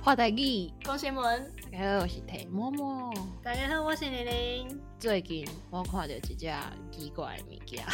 话台语， 讲新闻。 大家好，我是提默默。 大家好，我是玲玲。 最近我看到一只奇怪的物件，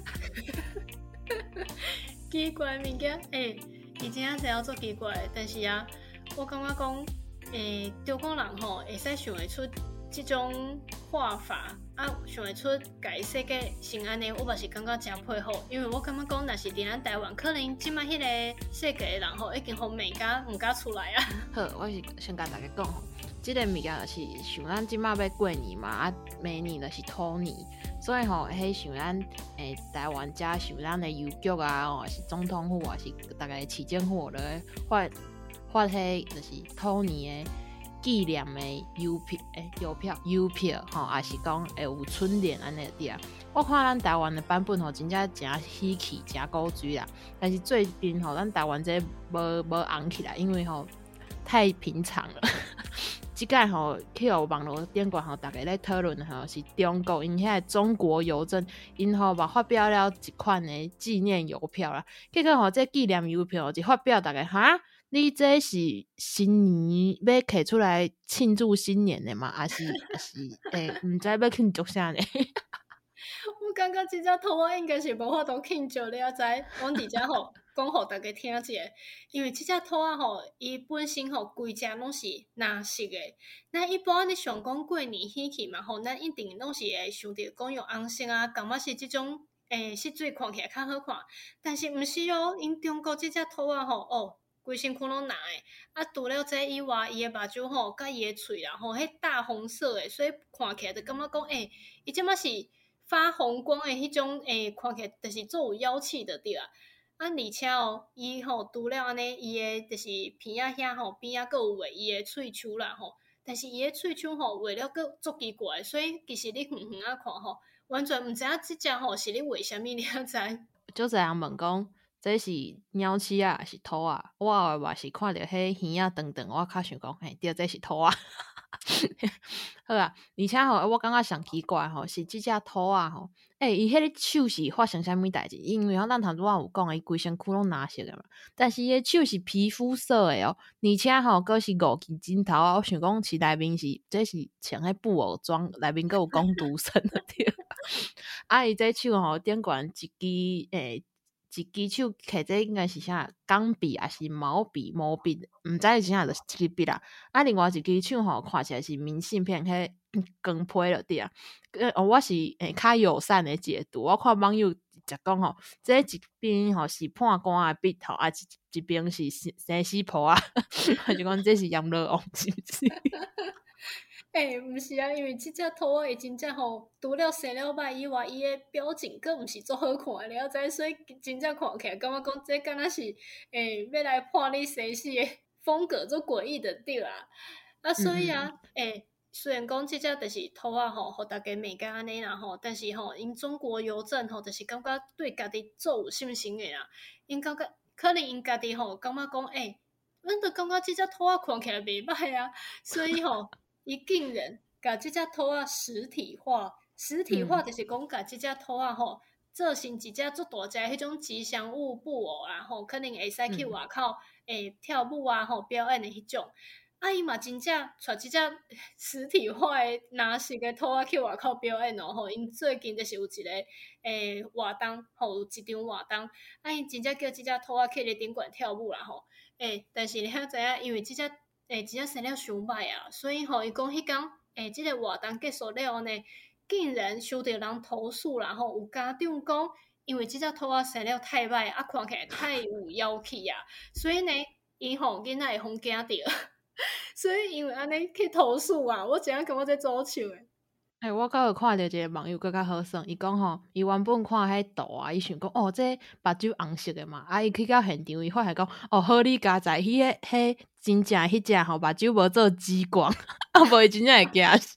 奇怪的物件，以前是要做奇怪的，但是啊，我感觉讲，中国人吼会使想会出这种画法啊，想会出家设计成安尼，我嘛是感觉真配合，因为我感觉讲，若是伫咱台湾，可能即摆迄个设计的人吼，已经好美甲唔敢出来啊。 好，我是先甲大家讲吼，这个物件就是像咱即摆要过年嘛，啊，明年就是土年，所以吼，迄像咱台湾遮像咱的邮局啊，哦，是总统府啊，是大概市政府就发迄就是土年的纪念的邮票吼，也是讲会有春联安尼的对啊。我看咱台湾的版本吼，真正真稀奇、真古锥啦。但是最近吼，咱台湾这无红起来，因为吼太平常了。即届吼去互网络顶悬吼，大家咧讨论吼是中国因遐中国邮政因吼嘛发表了一款的纪念邮票啦。结果吼这纪念邮票一发表，大家哈，你这是新年要摕出来庆祝新年的嘛？还是唔知要庆祝啥呢？ 我感觉即只图我应该是无法度庆祝，你啊知？阮伫遮吼讲互大家听一下，因为即只图啊吼，伊本身吼规只拢是蓝色的。那一般你想讲过年喜气嘛吼，咱一定拢是会想着讲用红色啊，感觉是即种色水看起来较好看。但是毋是哦，因中国即只图啊吼规身躯拢蓝诶，啊除了这以外，伊诶目睭吼，甲伊诶喙啦吼，迄大红色诶，所以看起来就感觉讲伊即马是发红光诶，迄种看起来就是做有妖气的对啊。啊，而且伊除了安尼，伊诶就是鼻仔遐吼，边仔佫有画伊诶喙鬚啦吼，但是伊诶喙鬚吼画了佫足奇怪，所以其实你远远啊看吼，完全毋知影即只吼是咧画啥物，你啊知？ 就这样问讲，这是鸟鼠啊，还是兔啊？我后来是看到迄耳仔长长，我较想讲，对，这是兔啊。好啊，而且吼，我感觉上奇怪吼，是即只兔啊吼，伊迄个手是发生啥物代志？因为咱头拄仔有讲，伊规身躯拢蓝色的嘛，但是伊手是皮肤色的哦，而且吼，佫是五根指头啊！我想讲，是内面是这是穿迄布偶装，内面佫有工读生的对。啊，伊这手吼顶悬一支手摕这应该是啥钢笔还是毛笔？毛笔毋知是啥，就是一支笔啦。啊，另外一支手吼看起来是明信片，迄光批了对啊。我是较友善的解读，我看网友则讲吼，这一边吼是判官的笔头，啊一边是生死簿啊，我就讲这是阎罗王是毋是？ 毋是啊，因为即只兔仔伊真正吼，除了生了歹以外，伊诶表情佫毋是足好看的，了知？所以真正看起来，感觉讲这敢若是要来判你生死的风格足诡异的对啊。啊，所以啊，虽然讲即只就是兔仔吼，互大家美甲安尼啦吼，但是吼，因中国邮政吼，就是感觉对家己足有信心的啦。因感觉可能因家己吼，感觉讲阮都感觉即只兔仔看起来袂歹啊，所以吼。伊竟然甲即只兔仔实体化，实体化就是讲甲即只兔仔吼做成一只足大只迄种吉祥物布偶啦吼，可能会使去外口跳舞啊吼表演的迄种。啊，伊嘛真正带即只实体化的蓝色的兔仔去外口表演哦吼，因最近就是有一个活动吼，有一场活动，啊，因真正叫即只兔仔去咧顶悬跳舞啦吼，但是你晓知影，因为即只真正生了伤歹啊，所以吼，伊讲迄天即个活动结束了后呢，竟然收到人投诉啦吼，有家长讲，因为即只兔仔生了太歹啊，看起来太有妖气啊，所以呢，伊吼囡仔会互惊着，所以因为安尼去投诉啊，我真正感觉在做笑诶。 我刚有看到一个网友更较好耍，伊讲吼，伊原本看迄图啊，伊想讲这目睭红色的嘛，啊，伊去到现场，伊发现讲好你家在迄真正迄只吼目睭无做激光，啊，无伊真正会惊死。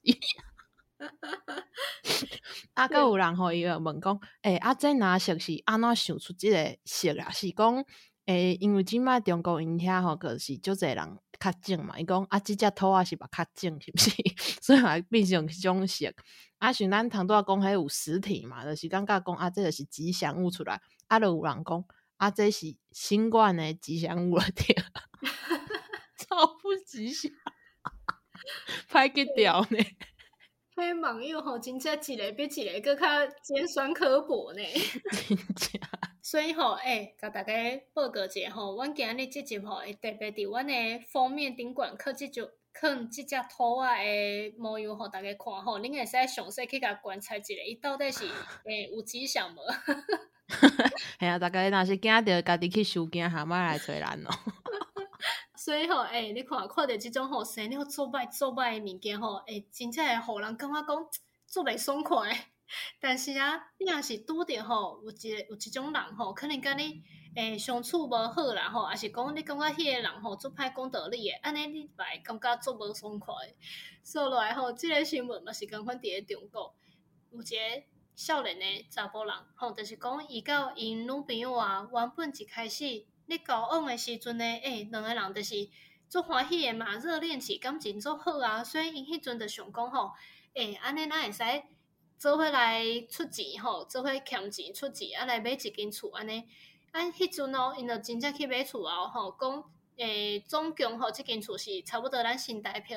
啊，佮有人吼伊就问讲，这蓝色是安怎想出即个色啊？是讲因为即摆中国因遐吼，就是足侪人较种嘛，伊讲即只兔仔是目较种是毋是？所以嘛变成迄种色。啊，像咱头拄仔讲迄有实体嘛，就是感觉讲这就是吉祥物出来，就有人讲这是新冠的吉祥物了对。 好不吉祥，歹记掉呢。 迄网友吼，真正一个比一个更较尖酸刻薄呢。 真正所以吼，甲大家报告一下吼，阮今日这集吼会特别伫阮的封面顶管刻即只图啊的模样吼，大家看吼，恁会使详细去甲观察一下，伊到底是有吉祥无？ 嘿啊，大家若是惊着家己去收惊蛤蟆来找咱咯。 所以吼，你看到即种吼生了做歹的物件吼，真正会互人感觉讲做袂爽快。但是啊，你若是拄着吼，有一种人吼，可能甲你相处无好啦吼，还是讲你感觉迄个人吼做歹讲道理的，安尼你会感觉做无爽快。说落来吼，即个新闻嘛是共款伫咧中国，有一个少年的查甫人吼，就是讲伊甲因女朋友啊，原本一开始咧交往的时阵呢，两个人就是足欢喜的嘛，热恋期感情足好啊，所以因迄阵就想讲吼，安尼咱会使做伙来出钱吼，做伙欠钱出钱，啊来买一间厝安尼。啊，迄阵哦，因就真正去买厝后吼，讲总共吼，即间厝是差不多咱新台币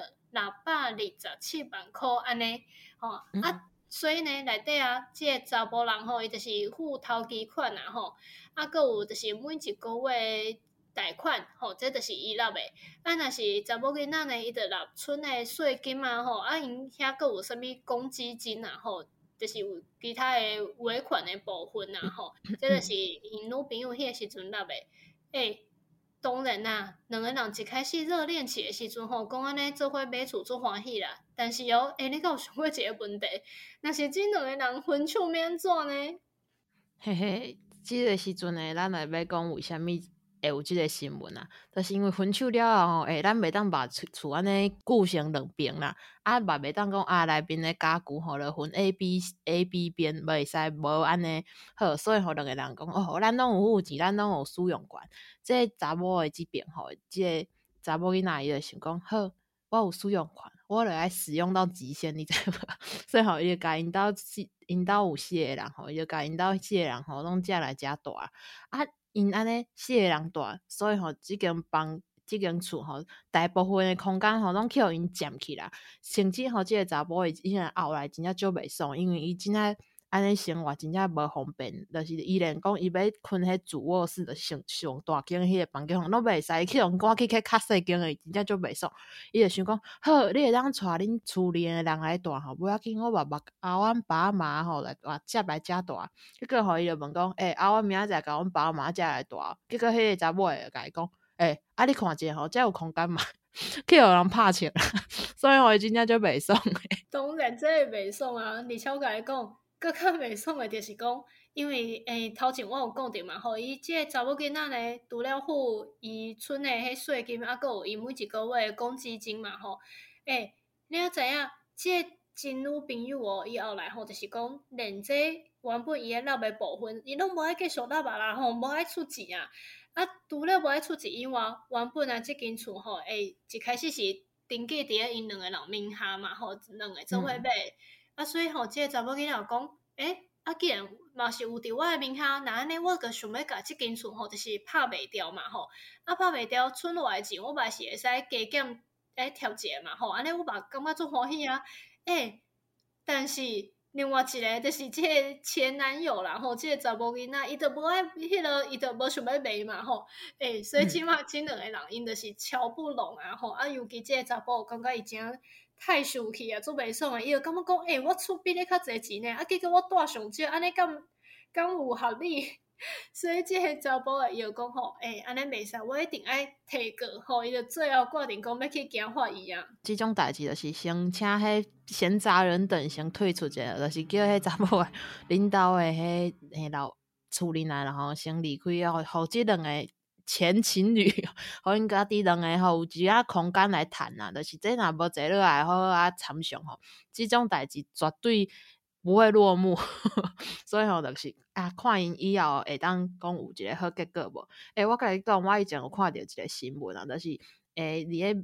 627万箍安尼吼，所以呢，内底啊，即个查甫人吼，伊就是付头期款啊吼，啊，佮有就是每一个月贷款吼，这就是伊纳的。啊，若是查某囡仔呢，伊就纳剩的税金啊吼，啊，因遐佮有啥物公积金啊吼，就是有其他的尾款的部分啊吼，这就是因女朋友迄个时阵纳的。当然啦，两个人一开始热恋期的时阵吼，讲安尼做伙买厝做欢喜啦。但是哦，你敢有想过一个问题？若是即两个人分手要安怎呢？ 嘿嘿，即个时阵呢，咱来要讲为虾米会有即个新闻啊？就是因为分手了后吼，咱袂当把厝安尼固成两边啦，啊，嘛袂当讲内边的家具吼，就分 A B 边袂使无安尼好，所以吼两个人讲哦，咱拢有付钱，咱拢有使用权。即查某的即边吼，即个查某囡仔伊就想讲好。我有使用权，我就爱使用到极限，你知无？所以吼，伊就甲因兜有4个人吼，伊就甲因兜4个人吼拢借来遮住啊。因安尼4个人住，所以吼即间厝吼，大部分的空间吼拢去互因占去啦。甚至吼，即个查甫伊真正后来真正足袂爽，因为伊真正安尼生活真正无方便，就是伊连讲伊要困迄主卧室的上大间迄个房间拢袂使，去互赶去较细间的，真正足袂爽。伊就想讲，好，你会当带恁厝里的人来住吼，不要紧，我把阮爸妈吼来接来遮住。结果吼，伊就问讲，阮明仔载甲阮爸妈接来住。结果迄个查某的甲伊讲，你看者吼，遮有空间嘛？去互人拍笑啦，所以吼伊真正足袂爽的。 当然这会袂爽啊！而且我甲你讲，更较袂爽的就是讲，因为头前我有讲着嘛吼，伊即个查某囡仔呢，除了付伊剩的迄税金，啊，佮有伊每一个月的公积金嘛吼，你也知影，即个真女朋友哦，伊后来吼就是讲，连这原本伊纳的部分，伊拢无爱继续纳啊啦吼，无爱出钱啊。啊，除了无爱出钱以外，原本啊，即间厝吼，一开始是登记伫咧因两个人名下嘛，吼，两个做伙买。啊，所以吼，即个查某囡仔讲，既然嘛是有伫我的名下，那安尼我个想要甲即间厝吼，就是拍袂掉嘛，吼，啊拍袂掉，剩落来钱我嘛是会使加减贴一个嘛，吼，安尼我嘛感觉足欢喜啊，但是另外一个就是即个前男友啦，吼，即个查某囡仔，伊就无爱迄个，伊就无想要买嘛，吼，所以即码即两个人因就是瞧不拢啊，吼，啊，尤其即个查甫感觉伊真太生气啊，做袂爽啊，伊就感觉讲，我出比你较侪钱呢，啊，结果我带上少，安尼敢有合理？所以即个查甫伊就讲吼，安尼袂使，我一定爱提过，吼，伊就最后决定讲要去检法医啊。 即种代志就是先请迄闲杂人等先退出者，就是叫迄查某的领导的迄老厝里人，然后先离开，互即两个前情侣，互因家己两个吼有一下空间来谈啊，就是这若无坐落来好啊参详吼，即种代志绝对不会落幕，所以吼就是看因以后会当讲有一个好结果无？我甲你讲，我以前有看到一个新闻啊，就是伫咧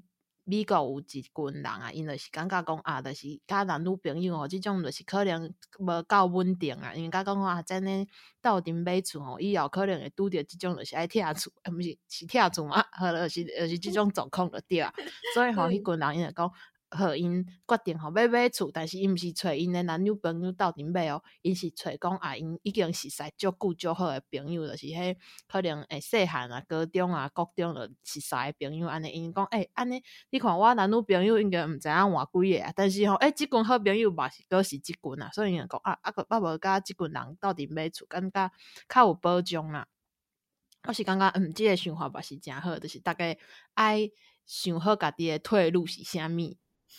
美国有一群人啊，因就是感觉讲啊，就是甲男女朋友吼，即种就是可能无够稳定啊，因为甲讲啊，真诶斗阵买厝吼，以后可能会拄着即种就是爱拆厝，毋是拆厝嘛，或者是即种状况就对啊。所以吼，迄群人因就讲。好，因决定吼要买厝，但是因毋是找因的男女朋友斗阵买哦，因是找讲啊，因已经熟识足久足好的朋友，就是迄可能细汉啊、高中啊、国中就熟识的朋友，安尼因讲安尼，你看我男女朋友应该毋知影换几个啊，但是吼即群好朋友嘛是都是即群啊，所以因讲我无甲即群人斗阵买厝，感觉较有保障啦。我是感觉即个想法嘛是诚好，就是大家爱想好家己的退路是啥物。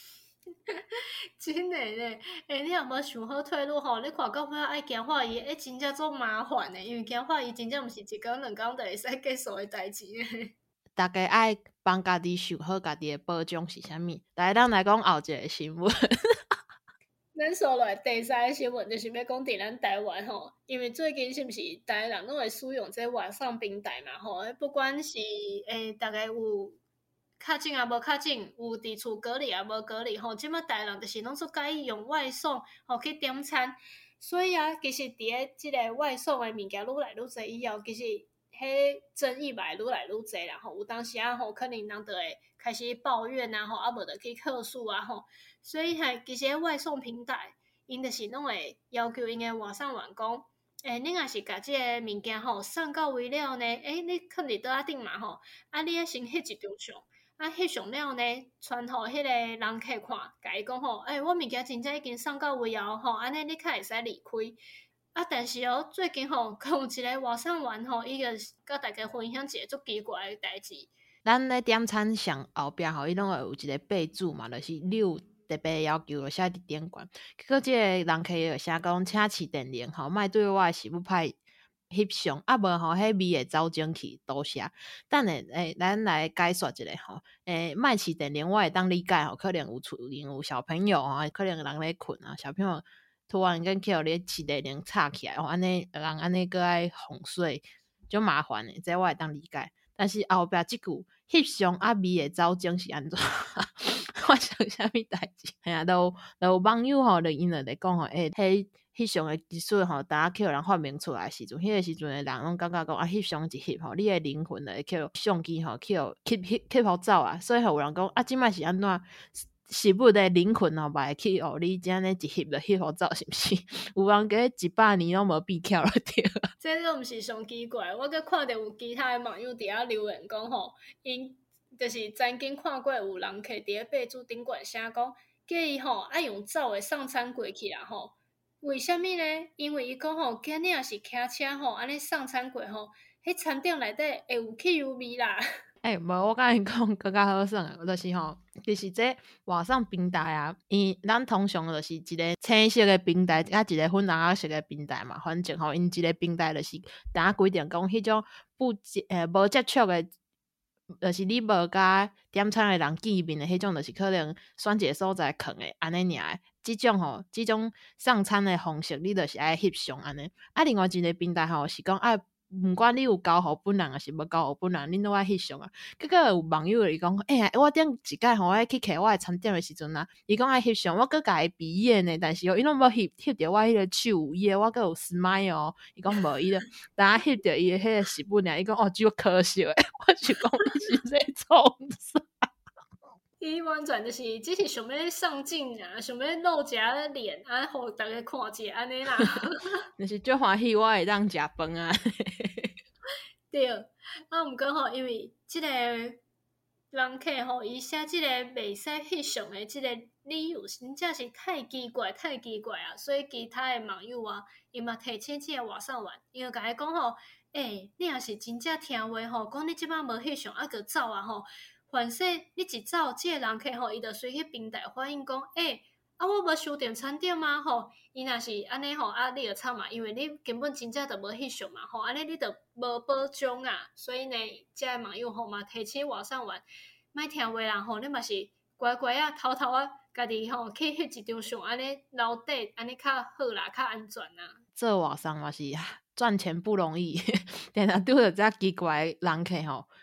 真诶咧，你若无想好退路吼，你看到尾爱行法医，真正足麻烦诶，因为行法医真正毋是一工两工就会使结束诶代志。 大家爱帮家己想好家己的保障是啥物。来，咱来讲后一个新闻。 咱说落第三个新闻就是要讲伫咱台湾吼，因为最近是毋是台湾人拢会使用这网上平台嘛吼，不管是大家有确诊啊无确诊，有伫厝隔离啊无隔离吼，即摆台湾人就是拢做介意用外送吼去点餐，所以啊，其实伫咧即个外送的物件愈来愈侪以后，其实迄争议嘛会愈来愈侪啦吼，有当时啊吼，可能人就会开始抱怨啊吼，啊无就去客诉啊吼。所以其实外送平台，因就是拢会要求因的外送员讲，你若是甲即个物件吼送到位了呢，你放伫倒仔顶嘛吼，你先翕一张相，翕相了呢，传互迄个人客看，甲伊讲吼，我物件真正已经送到位啊吼，安尼你较会使离开。但是最近吼，有一个外送员吼，伊个甲大家分享一个足奇怪的代志。 咱咧点餐上后壁吼，伊拢会有一个备注嘛，就是你有特别要求就写伫点关。结果即个人客就写讲，请试电铃吼，莫对我的食物派翕相，无吼，迄味会走进去，多谢。等下咱来解说一下吼，莫试电铃，我会当理解吼，可能有厝里有小朋友吼，可能人咧困啊，小朋友突然间去互你试电铃插起来，安尼人安尼个爱哄睡，就麻烦诶，这我会当理解。但是后壁即句翕相味会走精是安怎？我想啥物代志？系啊，都有网友吼，就因就咧讲吼，翕相诶技术吼，大家去互人发明出来时阵，迄个时阵诶人拢感觉讲翕相一翕吼，你诶灵魂就会去相机吼去互走啊，所以互有人讲即摆是安怎？食物的灵魂吼，袂去互你这样一翕就翕互走，是毋是？有人过100年拢无变巧了对。 这个毋是上奇怪，我阁看到有其他的网友伫遐留言讲吼，因就是曾经看过有人客伫咧备注顶悬写讲，叫伊吼爱用走的送餐过去啦吼。为虾米呢？因为伊讲吼，今日若是骑车吼，安尼送餐过吼，迄餐点内底会有汽油味啦。 无我甲你讲更较好耍啊，就是吼，就是这网上平台啊，咱通常就是一个青色的平台，甲一个粉红色的平台嘛，反正吼，因一个平台就是呾规定讲，迄种无接触的，就是你无甲点餐的人见面的，迄种就是可能选一个所在囥的安尼尔。即种送餐的方式，你就是爱翕相安尼。另外一个平台吼是讲毋管你有交互本人，还是无交互本人，恁都爱翕相啊。结果有网友就讲，我顶一摆吼，我去摕我的餐点的时阵啊，伊讲爱翕相，我佫甲伊比眼呢，但是伊拢无翕着我迄个手，伊我佫有 smile 哦。伊讲无伊咧，当翕着伊的迄个食物尔，伊讲只有可惜诶。我就讲你是在创啥？ 伊完全就是只是想要上镜啊，想要露一下脸啊，互大家看者安尼啦。 就是足欢喜我会当食饭啊。 对，毋过吼，因为即个人客吼，伊写即个袂使翕相的即个理由，真正是太奇怪啊！所以其他的网友啊，伊嘛提醒即个外送员，伊就甲伊讲吼，你若是真正听话吼，讲你即摆无翕相，个走啊吼。反正你一走，即个人客吼，伊就随去平台反映讲，我无收到餐点嘛吼，伊若是安尼吼，你就惨嘛，因为你根本真正就无翕相嘛吼，安尼你就无保障啊。所以呢，即个网友吼嘛提醒外送员，莫听话啦吼，你嘛是乖乖啊，偷偷啊，家己吼去翕一张相，安尼留底，安尼较好啦，较安全啦。 做外送嘛是赚钱不容易，定定拄着遮奇怪的人客吼。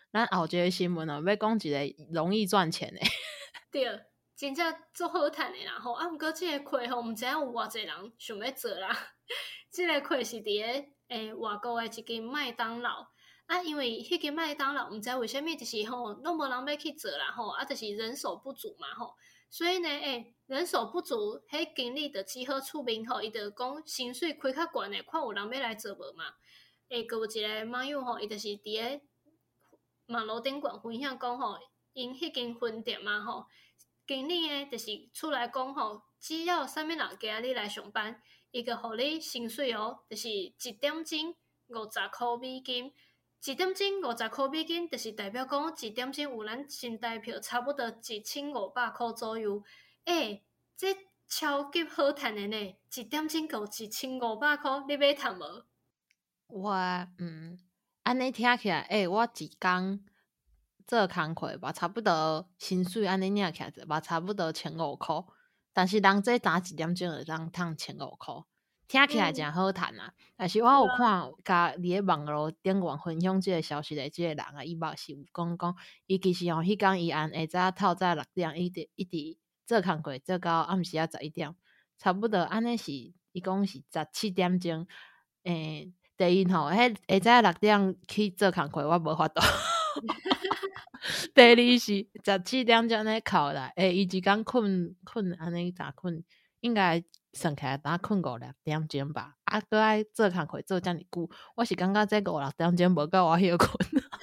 咱后一个新闻哦，要讲一个容易赚钱的。 对，真正足好趁的啦吼。啊，毋过即个课吼，毋知影有偌济人想要做啦。即个课是伫个外国的一间麦当劳。啊，因为迄间麦当劳毋知为虾米，就是吼，拢无人要去做啦吼，啊，就是人手不足嘛吼。所以呢，人手不足，迄经理就只好出面吼，伊就讲薪水开较悬的，看有人要来做无嘛。佮有一个网友吼，伊就是伫个网络顶悬分享讲吼，因迄间分店嘛吼，经理呢就是出来讲吼，只要啥物人加你来上班，伊个互你薪水哦，就是1点钟50块美金。1点钟50块美金，就是代表讲1点钟有咱新台票差不多1500块左右。这超级好趁的呢！1点钟够1500块，你买趁无？ 我安尼听起来，我一工做工课嘛，差不多薪水安尼领起来嘛，差不多1500块。但是人这打1点钟就人趁1500块，听起来真好趁啊！但是我有看甲伫个网络顶悬分享即个消息的即个人啊，伊嘛是有讲，伊其实迄天伊按下早透早6点，一直做工课做到暗时11点，差不多安尼是伊讲是17点钟。第一吼，迄下早6点去做工课，我无法度。第二是17点钟咧哭啦，伊一工困安尼咋困？应该算起来打困5-6点钟吧。啊，搁爱做工课做遮尔久，我是感觉这5-6点钟无够我休困。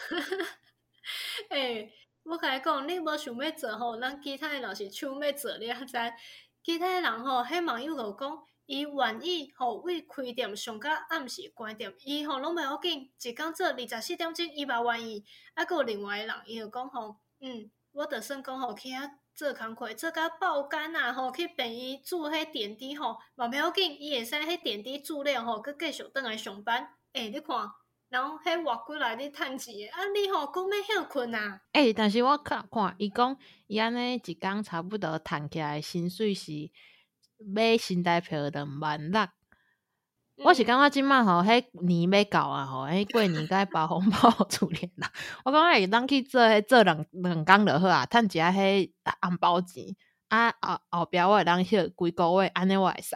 我甲你讲，你无想要做吼，咱其他的若是想要做，你也知，其他的人吼，迄网友就讲，伊愿意吼为开店上到暗时关店，伊吼拢袂要紧，一工做24点钟，伊嘛愿意。啊，佫有另外的人，伊就讲吼，我就算讲吼去遐做工课，做甲爆肝啊吼，去便伊住迄点滴吼，嘛袂要紧，伊会使迄点滴住了吼，佫继续倒来上班。你看。然后迄偌久来你趁钱的，啊你吼讲要休困啊？ 但是我看伊讲，伊安尼一工差不多趁起来薪水是买新台票26000。我是感觉即摆吼，迄年要到啊吼，迄过年该包红包互厝里人。我感觉会当去做做两工就好啊，趁一下迄红包钱。啊后壁我会当休规个月，安尼我会使。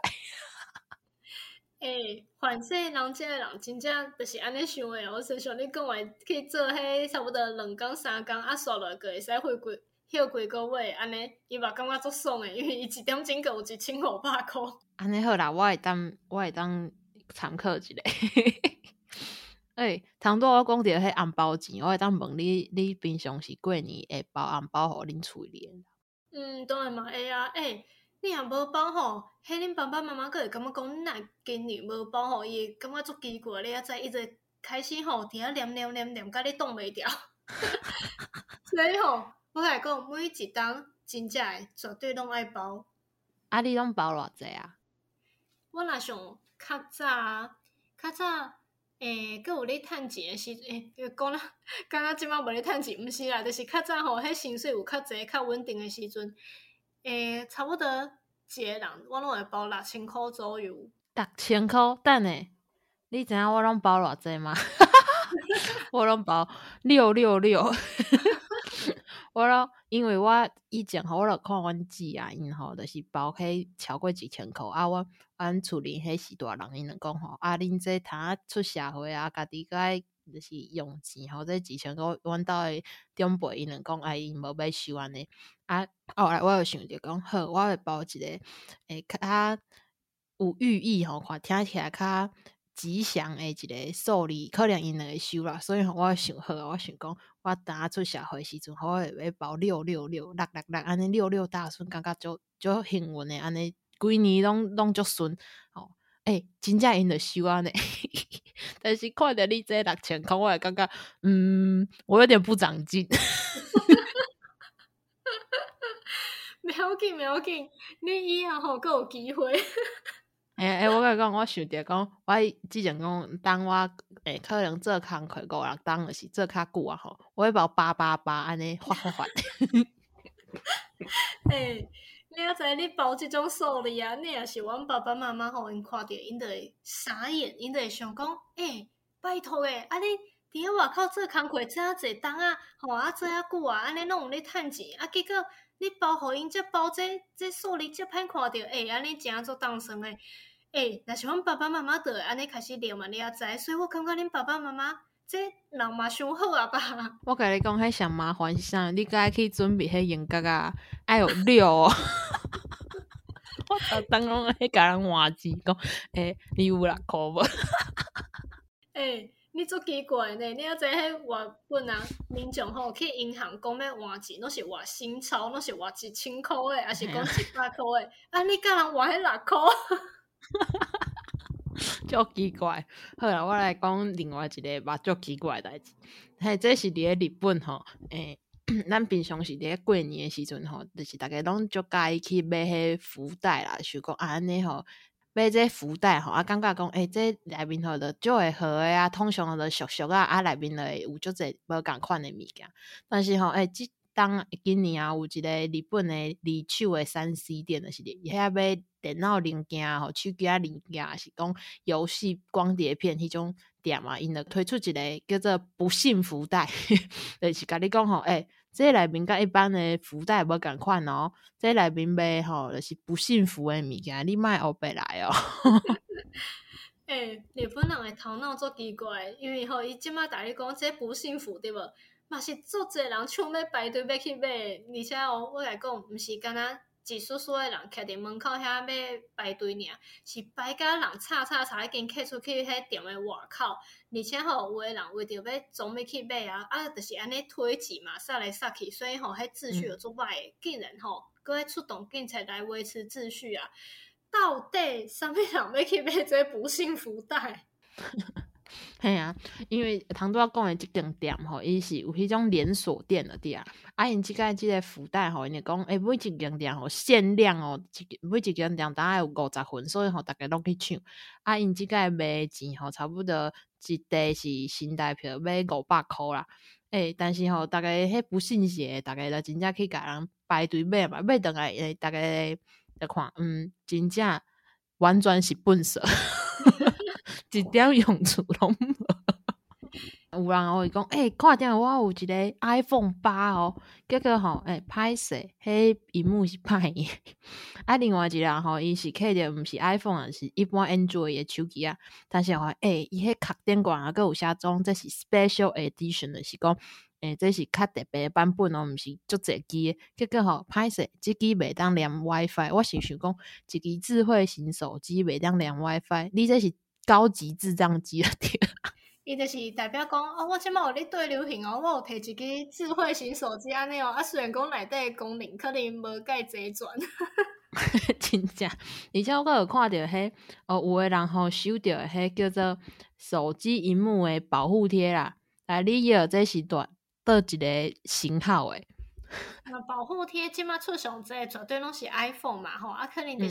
反正人这个人真正就是安尼想的哦。我想你讲话去做迄差不多2工3工，啊刷落个会使休几个月，安尼伊嘛感觉足爽的，因为伊1点钟就有1500块。 安尼好啦，我会当参考一下。通拄我讲着迄红包钱，我会当问你平常时过年会包红包互恁厝里？ 当然嘛会啊。你若无包吼，迄恁爸爸妈妈佫会感觉讲，你若今年无包吼，伊会感觉足奇怪。你也知，伊就开始吼伫遐念，甲你挡袂牢。所以吼，我来讲，每一档真正诶，绝对拢爱包。 啊，你拢包偌济啊？ 我若想较早，佫有咧趁钱诶时，讲啦，敢若即摆无咧趁钱，毋是啦，就是较早吼，迄薪水有较济、较稳定诶时阵。差不多一个人我拢会包6000块左右。 6000块，等下，你知影我拢包偌济吗？我拢包666。因为我以前我著看阮姊啊，因吼就是包起超过1000块啊。阮厝里迄时大人因就讲吼，恁这呾出社会啊，家己该就是用钱吼，这1000块，阮兜的长辈因就讲，因无要收安尼。后来我就想着讲，好，我会包一个较有寓意吼，看听起来较吉祥的一个数字，可能因就会收啦。所以我想好，我想讲，我等出社会时阵，我会要包666，安尼66大顺，感觉足幸运的，安尼规年拢足顺。真正因就收安尼。但是看着你这6000块，我会感觉，我有点不长进。 袂要紧，你以后吼佫有机会。 我甲你讲，我想着讲，我之前讲，当我可能做工课5-6档，就是做较久啊吼，我会包888安尼发。 你也知你包即种数字啊，你若是阮爸爸妈妈吼，因看着因就会傻眼，因就会想讲，拜托诶，你伫咧外口做工课做啊侪当啊，吼啊做啊久啊，安尼拢有咧趁钱，啊结果你包互因这包这数字这歹看着，安尼真做当算诶。若是阮爸爸妈妈就会安尼开始聊嘛，你也知，所以我感觉恁爸爸妈妈这人嘛伤好啊吧。 我甲你讲，迄上麻烦是啥？你该去准备迄严格啊，爱有料哦。我逐当拢迄甲人换钱，讲你有6箍无？ 你足奇怪呢！你要知迄原本啊，民众吼去银行讲要换钱，拢是换新钞，拢是换1000箍诶，还是讲100箍诶？啊，你甲人换迄6箍？ 足奇怪。好啦，我来讲另外一个嘛足奇怪诶代志。这是伫咧日本吼，咱平常时伫咧过年诶时阵吼，就是大家拢足介意去买迄福袋啦，想讲安尼吼。买这福袋吼，感觉讲这内面吼就足会好诶啊，通常就俗俗啊，内面就会有足侪无共款诶物件。但是吼，即当今年啊，有一个日本诶二手诶3C 店，就是遐买电脑零件吼、手机啊零件，还是讲游戏光碟片迄种店嘛，因就推出一个叫做不幸福袋，就是甲你讲吼，这内面甲一般的福袋无共款哦，这内面卖吼就是不幸福的物件，你莫黑白来哦。 日本人的头脑足奇怪，因为吼伊即马大你讲这不幸福对无？嘛是足侪人抢要排队要去买，而且我来讲，毋是敢若一束束的人徛伫门口遐要排队尔，是排甲人已经摕出去迄店的外口，而且吼有的人为着要总要去买啊，就是安尼推挤嘛，杀来杀去，所以吼迄秩序就足歹的，竟然吼搁要出动警察来维持秩序啊！到底啥物人要去买这不幸福袋？ 嘿啊，因为唐拄仔讲的即间店吼，伊是有迄种连锁店的店啊。因即个即个福袋吼，因为讲每一间店吼限量哦，每一间店大概有50份，所以吼大家拢去抢。因即个卖钱吼，差不多一袋是新台票买500箍啦。但是吼，大家迄不信邪，大家就真正去甲人排队买嘛，买倒来大家就看，真正完全是笨色。一点用处拢无。有人会讲看点我有一个 iPhone 8哦，结果吼歹势，迄屏幕是歹的。另外一个人吼，伊是摕着毋是 iPhone， 是一般 Android 的手机啊。但是吼伊迄壳顶管啊，佫有写种这是 Special Edition， 就是讲这是较特别的版本哦，毋是足侪机的。结果吼歹势，即机袂当连 WiFi。我想讲，一支智慧型手机袂当连 WiFi， 你这是高级智障机了对。 伊就是代表讲我即马有咧对流行哦，我有摕一支智慧型手机安尼哦，虽然讲内底功能可能无介齐全。 真正，而且我阁有看到迄有的人吼收到迄叫做手机荧幕的保护贴啦，你以为这是倒一个型号诶？ 保护贴即马出上济，绝对拢是 iPhone 嘛吼，可能就是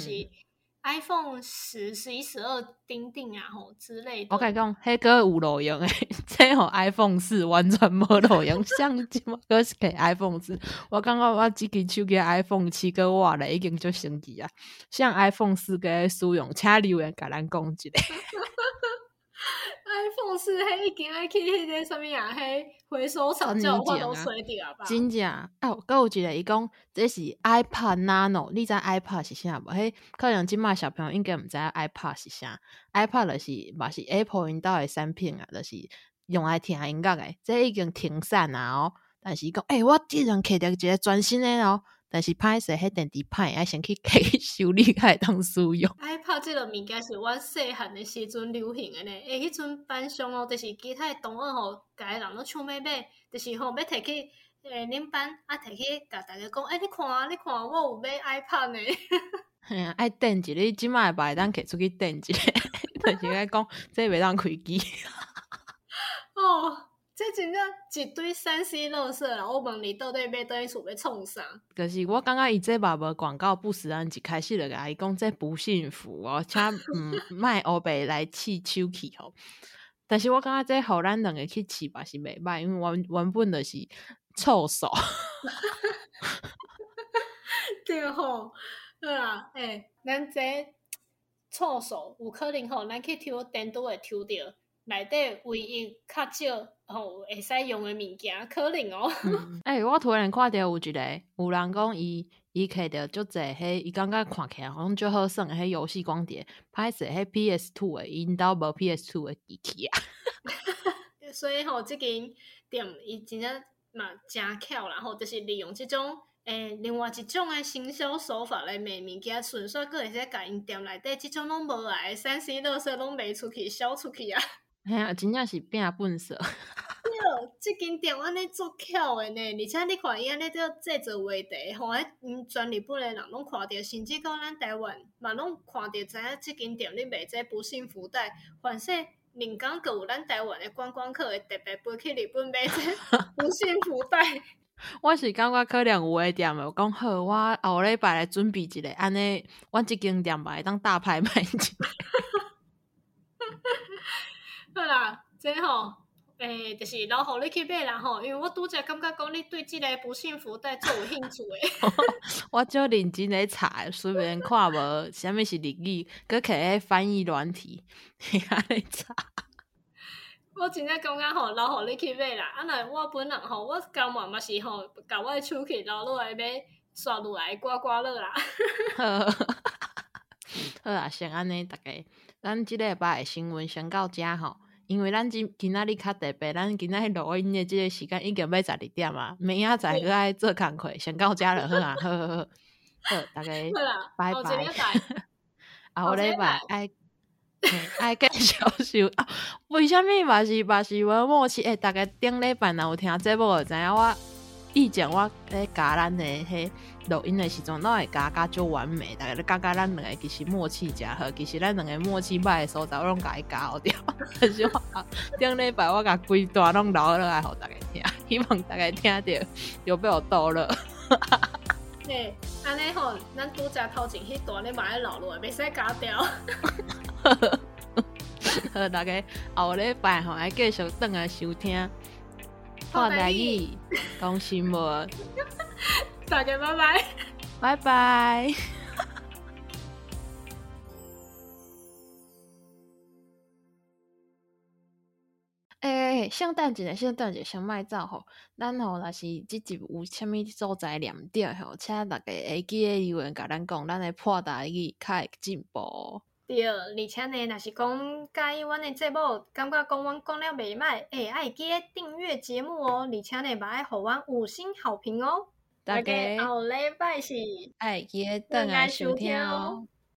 iPhone 10、11、12顶顶啊吼之类的。 我甲你讲，迄个有路用诶，这吼 iPhone 4完全无路用，像即马阁是摕 iPhone 4，我感觉我即支手机 iPhone 7个我咧已经足升级啊，像 iPhone 4个使用，请留言甲咱讲一下。 iPhone 4迄已经爱去迄个啥物啊？迄回收厂才有法度找着吧？ 真正阁有一个伊讲这是 iPad Nano， 你知 iPad 是啥无？迄可能即马小朋友应该毋知 iPad 是啥。iPad 就是嘛是 Apple 因兜的产品啊，就是用来听音乐诶。这已经停产啊哦，但是伊讲我竟然摕着一个全新诶哦。但是歹势，迄电池歹，要先去修理才会当使用。 iPad 即个物件是阮细汉诶时阵流行诶呢。迄阵班上哦，就是其他诶同学吼，家人都抢要买，就是吼要摕去恁班摕去甲大家讲，你看，你看，我有买 iPad 呢。 嘿啊，爱电一个，你即摆会当摕出去电一个，就是爱讲这袂当开机。 哦。这真正一堆3C 垃圾啦！我问你，到底要倒去厝要创啥？ 就是我感觉伊这嘛无广告不实，一开始就甲伊讲这不幸福哦，请莫黑白来试手气吼。但是我感觉这互咱两个去试吧是袂歹，因为原本就是臭手。 对吼，好啦，咱这臭手有可能吼，咱去抽电都会抽着。 内底唯一较少会使用的物件，可能哦。 我突然看到有一个有人讲伊摕着足侪迄，伊感觉看起来好像足好耍的迄游戏光碟，歹势迄 PS2 的，因兜无 PS2 的机器啊。 所以即间店伊真正嘛真巧啦，就是利用即种另外一种的行销手法来卖物件，顺续佫会使甲因店内底即种拢无来的3C 垃圾拢卖出去、销出去啊。 嘿啊，真正是变笨色。 对，即间店安尼足巧的呢，而且你看伊安尼做制作话题，因全日本的人拢看到，甚至到咱台湾嘛拢看到，知影即间店咧卖这不幸福袋，反正人讲个有咱台湾的观光客会特别飞去日本买这不幸福袋。 我是感觉可能有的店有讲好，我后礼拜来准备一个，安尼阮即间店嘛会当大拍卖一下。 好啦，这就是留互你去买啦吼，因为我拄则感觉讲你对即个不幸福袋最有兴趣诶。 我足认真咧查，顺便看无啥物是日语，佮摕迄翻译软体，安尼查。 我真正感觉留互你去买啦，若我本人我甘愿嘛是甲我的手机留落来买刷落来刮刮乐啦。 好啦，先安尼，大家咱即礼拜的新闻先到遮吼。因为咱今仔日较特别，咱今仔日录音的即个时间已经要12点啊，明仔载佫爱做工课，先到遮了，好啊，好，好，大家拜拜。后礼拜爱继续收。为虾米嘛是无默契？大家顶礼拜若有听节目，就知影我以前我咧教咱的迄录音的时阵，拢会教足完美，大家咧教咱两个其实默契诚好，其实咱两个默契歹的所在，我拢甲伊教掉。但是我顶礼拜我甲规段拢留落来，互大家听，希望大家听到有被我逗乐。 嘿，安尼咱拄则头前迄段你嘛爱留落来，袂使加掉。 好，大家后礼拜爱继续转来收听。看台语，讲新闻。 大家拜拜， 拜拜。圣诞节先莫走吼，咱若是即集有啥物所在念着吼，请大家会记得留言甲咱讲，咱的破台语较会进步。 对，而且呢，若是讲介意阮的节目，感觉讲阮讲了袂歹，爱记得订阅节目哦，而且呢，嘛爱互阮5星好评哦。 大家后礼拜是爱记得转来收听哦。